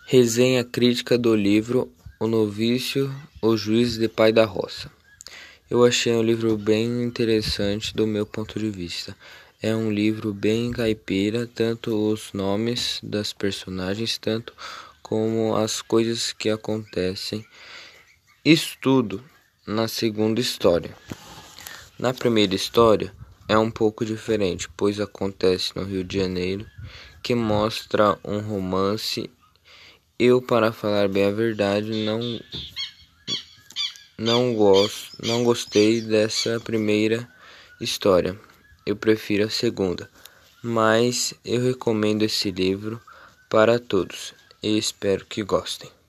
Resenha crítica do livro O Novício, o Juiz de Pai da Roça. Eu achei um livro bem interessante do meu ponto de vista. É um livro bem caipira, tanto os nomes das personagens, tanto como as coisas que acontecem. Isso tudo na segunda história. Na primeira história é um pouco diferente, pois acontece no Rio de Janeiro, que mostra um romance. Eu, para falar bem a verdade, não gostei dessa primeira história. Eu prefiro a segunda, mas eu recomendo esse livro para todos e espero que gostem.